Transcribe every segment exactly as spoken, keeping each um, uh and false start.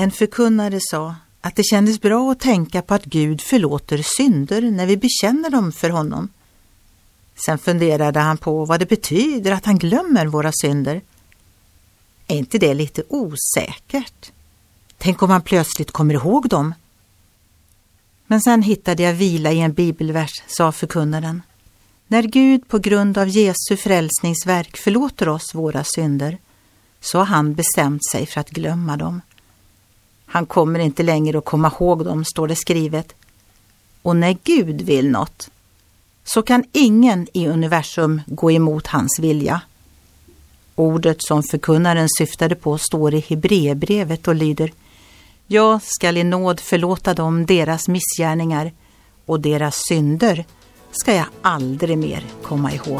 En förkunnare sa att det kändes bra att tänka på att Gud förlåter synder när vi bekänner dem för honom. Sen funderade han på vad det betyder att han glömmer våra synder. Är inte det lite osäkert? Tänk om han plötsligt kommer ihåg dem. Men sen hittade jag vila i en bibelvers, sa förkunnaren. När Gud på grund av Jesu frälsningsverk förlåter oss våra synder, så har han bestämt sig för att glömma dem. Han kommer inte längre att komma ihåg dem, står det skrivet. Och när Gud vill något, så kan ingen i universum gå emot hans vilja. Ordet som förkunnaren syftade på står i Hebreerbrevet och lyder: Jag skall i nåd förlåta dem deras missgärningar, och deras synder ska jag aldrig mer komma ihåg.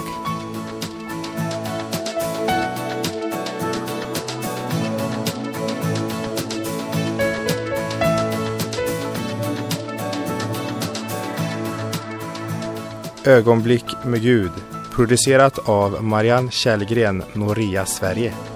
Ögonblick med Gud, producerat av Marianne Källgren, Noria, Sverige.